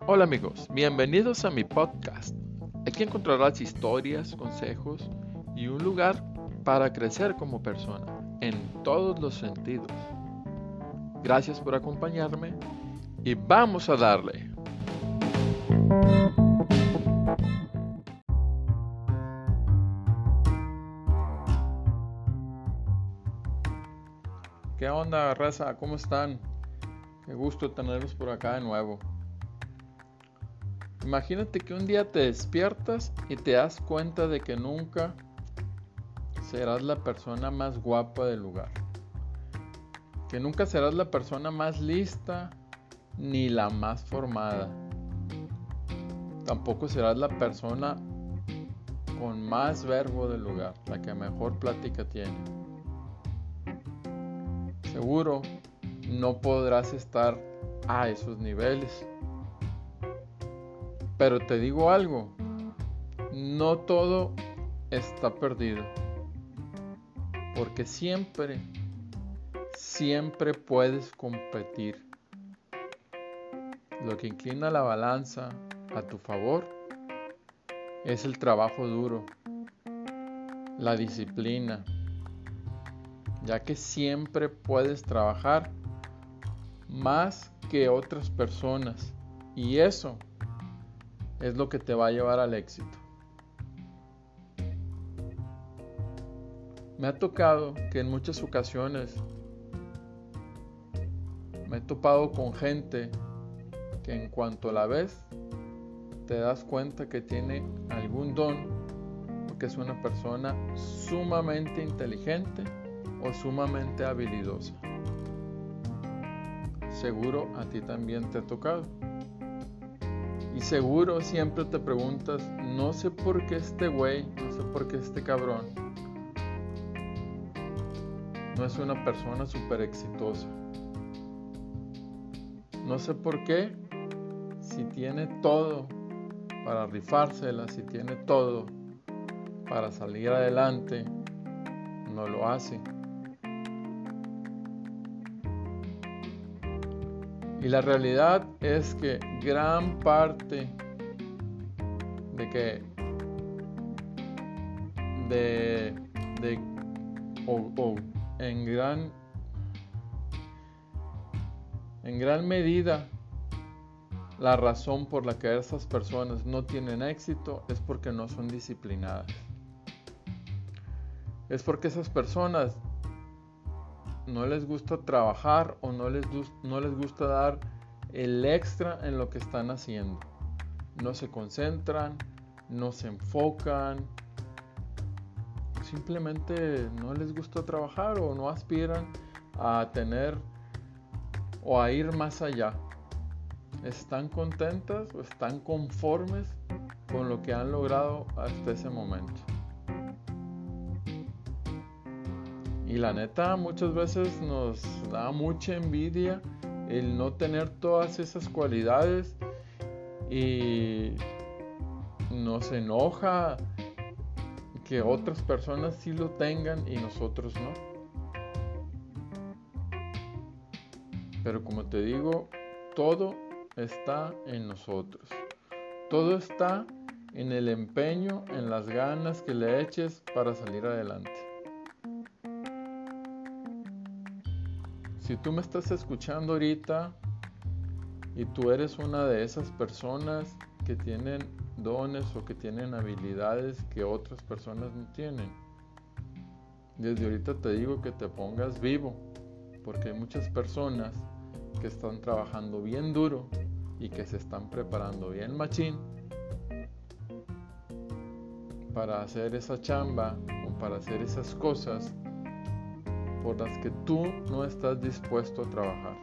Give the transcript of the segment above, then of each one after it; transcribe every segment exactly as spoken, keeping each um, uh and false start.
Hola amigos, bienvenidos a mi podcast. Aquí encontrarás historias, consejos y un lugar para crecer como persona en todos los sentidos. Gracias por acompañarme y vamos a darle. ¿Qué onda, raza? ¿Cómo están? Qué gusto tenerlos por acá de nuevo. Imagínate que un día te despiertas y te das cuenta de que nunca serás la persona más guapa del lugar. Que nunca serás la persona más lista ni la más formada. Tampoco serás la persona con más verbo del lugar, la que mejor plática tiene. Seguro no podrás estar a esos niveles. Pero te digo algo, no todo está perdido. Porque siempre, siempre puedes competir. Lo que inclina la balanza a tu favor es el trabajo duro, la disciplina, ya que siempre puedes trabajar más que otras personas y eso es lo que te va a llevar al éxito. Me ha tocado que en muchas ocasiones me he topado con gente que en cuanto la ves te das cuenta que tiene algún don, porque es una persona sumamente inteligente o sumamente habilidosa. Seguro a ti también te ha tocado. Y seguro siempre te preguntas, no sé por qué este güey, no sé por qué este cabrón no es una persona súper exitosa. No sé por qué, si tiene todo para rifársela, si tiene todo para salir adelante, no lo hace. Y la realidad es que gran parte de que de, de o, o en gran en gran medida la razón por la que esas personas no tienen éxito es porque no son disciplinadas. Es porque esas personas no les gusta trabajar o no les, no les gusta dar el extra en lo que están haciendo. No se concentran, no se enfocan, simplemente no les gusta trabajar o no aspiran a tener o a ir más allá. Están contentas o están conformes con lo que han logrado hasta ese momento. Y la neta, muchas veces nos da mucha envidia el no tener todas esas cualidades y nos enoja que otras personas sí lo tengan y nosotros no. Pero como te digo, todo está en nosotros. Todo está en el empeño, en las ganas que le eches para salir adelante. Si tú me estás escuchando ahorita y tú eres una de esas personas que tienen dones o que tienen habilidades que otras personas no tienen, desde ahorita te digo que te pongas vivo, porque hay muchas personas que están trabajando bien duro y que se están preparando bien machín para hacer esa chamba o para hacer esas cosas por las que tú no estás dispuesto a trabajar.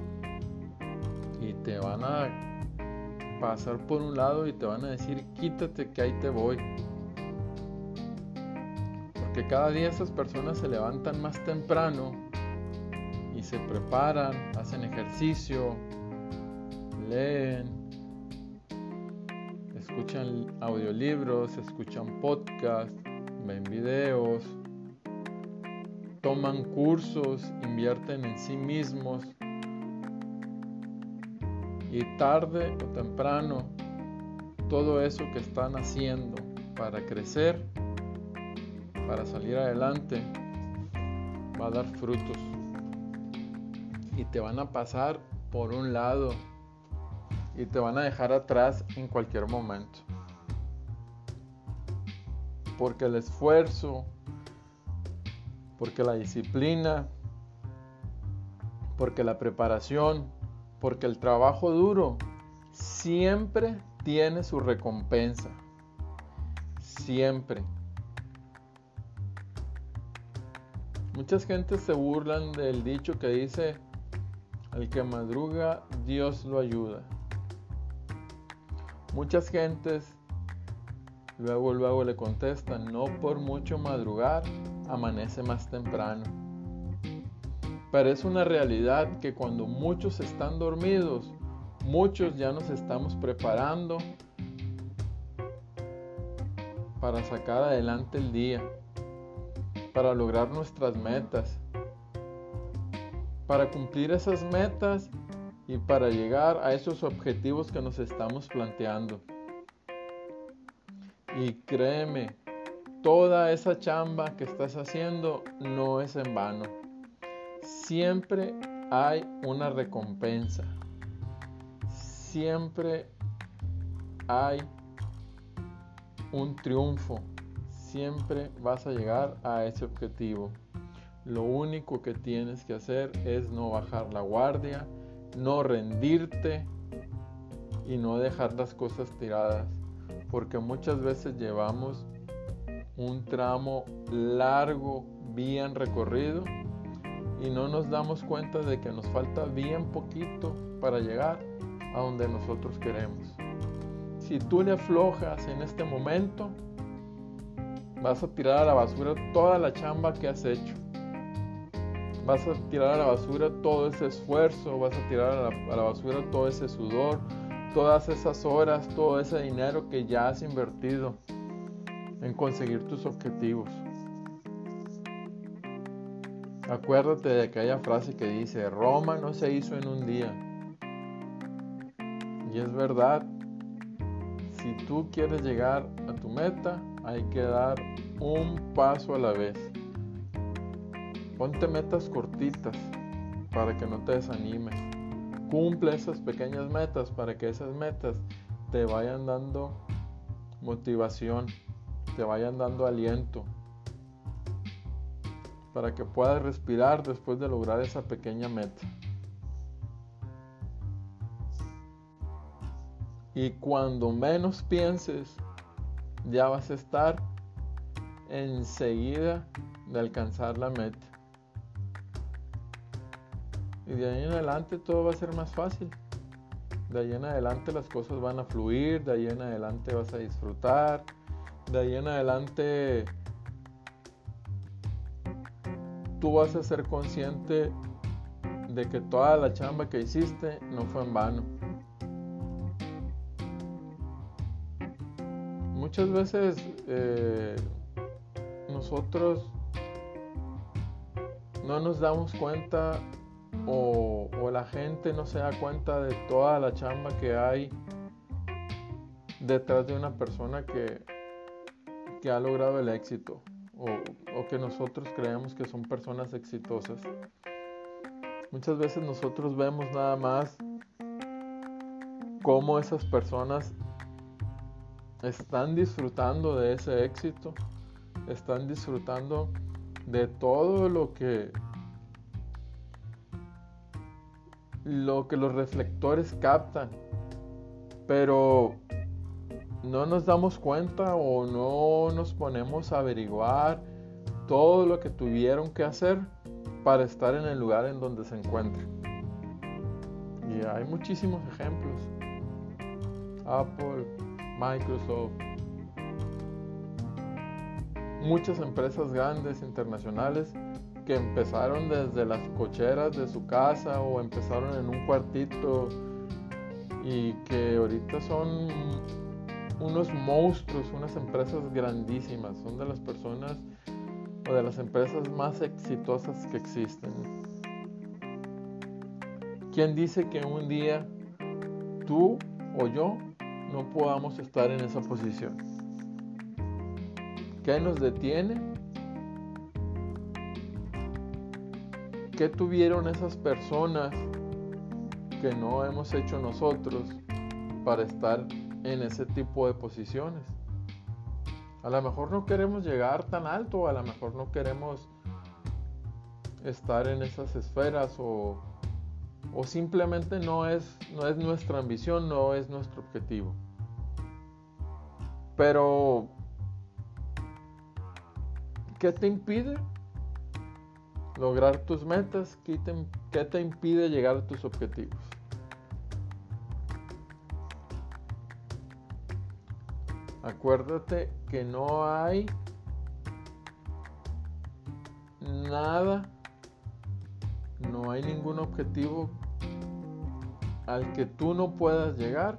Y te van a pasar por un lado y te van a decir, quítate que ahí te voy. Porque cada día esas personas se levantan más temprano y se preparan, hacen ejercicio, leen, escuchan audiolibros, escuchan podcasts, ven videos, toman cursos, invierten en sí mismos Y tarde o temprano, todo eso que están haciendo para crecer, para salir adelante, va a dar frutos. Y te van a pasar por un lado y te van a dejar atrás en cualquier momento. Porque el esfuerzo, porque la disciplina, porque la preparación, porque el trabajo duro siempre tiene su recompensa. Siempre. Muchas gentes se burlan del dicho que dice: el que madruga, Dios lo ayuda. Muchas gentes luego, luego le contestan: no por mucho madrugar, amanece más temprano. Pero es una realidad que cuando muchos están dormidos, muchos ya nos estamos preparando para sacar adelante el día, para lograr nuestras metas, para cumplir esas metas y para llegar a esos objetivos que nos estamos planteando. Y créeme, toda esa chamba que estás haciendo no es en vano. Siempre hay una recompensa. Siempre hay un triunfo. Siempre vas a llegar a ese objetivo. Lo único que tienes que hacer es no bajar la guardia, no rendirte y no dejar las cosas tiradas. Porque muchas veces llevamos un tramo largo, bien recorrido, y no nos damos cuenta de que nos falta bien poquito para llegar a donde nosotros queremos. Si tú le aflojas en este momento, vas a tirar a la basura toda la chamba que has hecho. Vas a tirar a la basura todo ese esfuerzo, vas a tirar a la, a la basura todo ese sudor, todas esas horas, todo ese dinero que ya has invertido en conseguir tus objetivos. Acuérdate de aquella frase que dice: Roma no se hizo en un día. Y es verdad. Si tú quieres llegar a tu meta, hay que dar un paso a la vez. Ponte metas cortitas para que no te desanimes. Cumple esas pequeñas metas para que esas metas te vayan dando motivación, te vayan dando aliento, para que puedas respirar después de lograr esa pequeña meta. Y cuando menos pienses, ya vas a estar enseguida de alcanzar la meta. Y de ahí en adelante todo va a ser más fácil. De ahí en adelante las cosas van a fluir, de ahí en adelante vas a disfrutar, de ahí en adelante tú vas a ser consciente de que toda la chamba que hiciste no fue en vano. Muchas veces eh, nosotros no nos damos cuenta o, o la gente no se da cuenta de toda la chamba que hay detrás de una persona que, que ha logrado el éxito o, o que nosotros creemos que son personas exitosas. Muchas veces nosotros vemos nada más cómo esas personas están disfrutando de ese éxito, están disfrutando de todo lo que lo que los reflectores captan, pero no nos damos cuenta o no nos ponemos a averiguar todo lo que tuvieron que hacer para estar en el lugar en donde se encuentran. Y hay muchísimos ejemplos. Apple, Microsoft, muchas empresas grandes internacionales que empezaron desde las cocheras de su casa o empezaron en un cuartito y que ahorita son unos monstruos, unas empresas grandísimas, son de las personas o de las empresas más exitosas que existen. ¿Quién dice que un día tú o yo no podamos estar en esa posición. ¿Qué nos detiene? ¿Qué tuvieron esas personas que no hemos hecho nosotros para estar en ese tipo de posiciones? A lo mejor no queremos llegar tan alto, a lo mejor no queremos estar en esas esferas o, o simplemente no es, no es nuestra ambición, no es nuestro objetivo. Pero, ¿qué te impide lograr tus metas? ¿Qué te, qué te impide llegar a tus objetivos? Acuérdate que no hay nada, no hay ningún objetivo al que tú no puedas llegar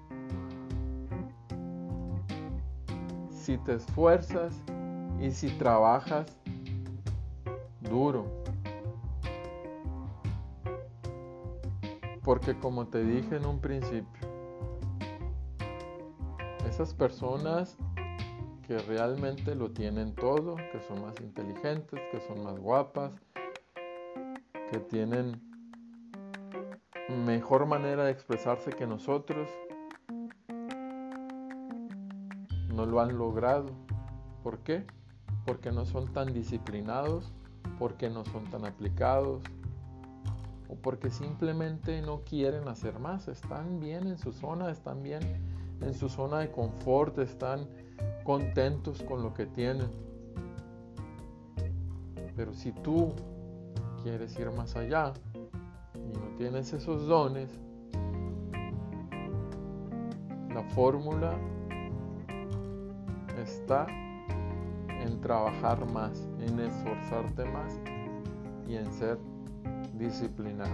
si te esfuerzas y si trabajas duro. Porque como te dije en un principio, esas personas que realmente lo tienen todo, que son más inteligentes, que son más guapas, que tienen mejor manera de expresarse que nosotros, no lo han logrado. ¿Por qué? Porque no son tan disciplinados, porque no son tan aplicados, o porque simplemente no quieren hacer más. Están bien en su zona, están bien en su zona de confort, están contentos con lo que tienen. Pero si tú quieres ir más allá y no tienes esos dones, la fórmula está en trabajar más, en esforzarte más y en ser disciplinado.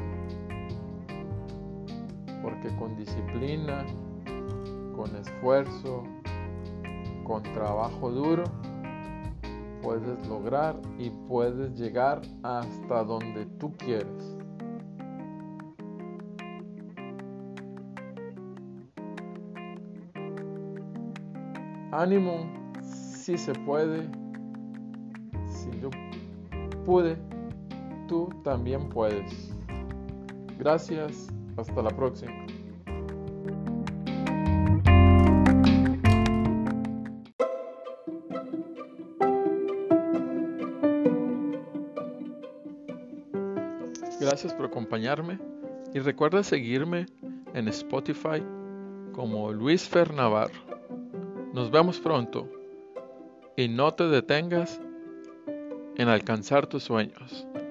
Porque con disciplina, con esfuerzo, con trabajo duro, puedes lograr y puedes llegar hasta donde tú quieres. Ánimo, si se puede. Si yo pude, tú también puedes. Gracias, hasta la próxima. Gracias por acompañarme y recuerda seguirme en Spotify como Luis Fer Navarro. Nos vemos pronto y no te detengas en alcanzar tus sueños.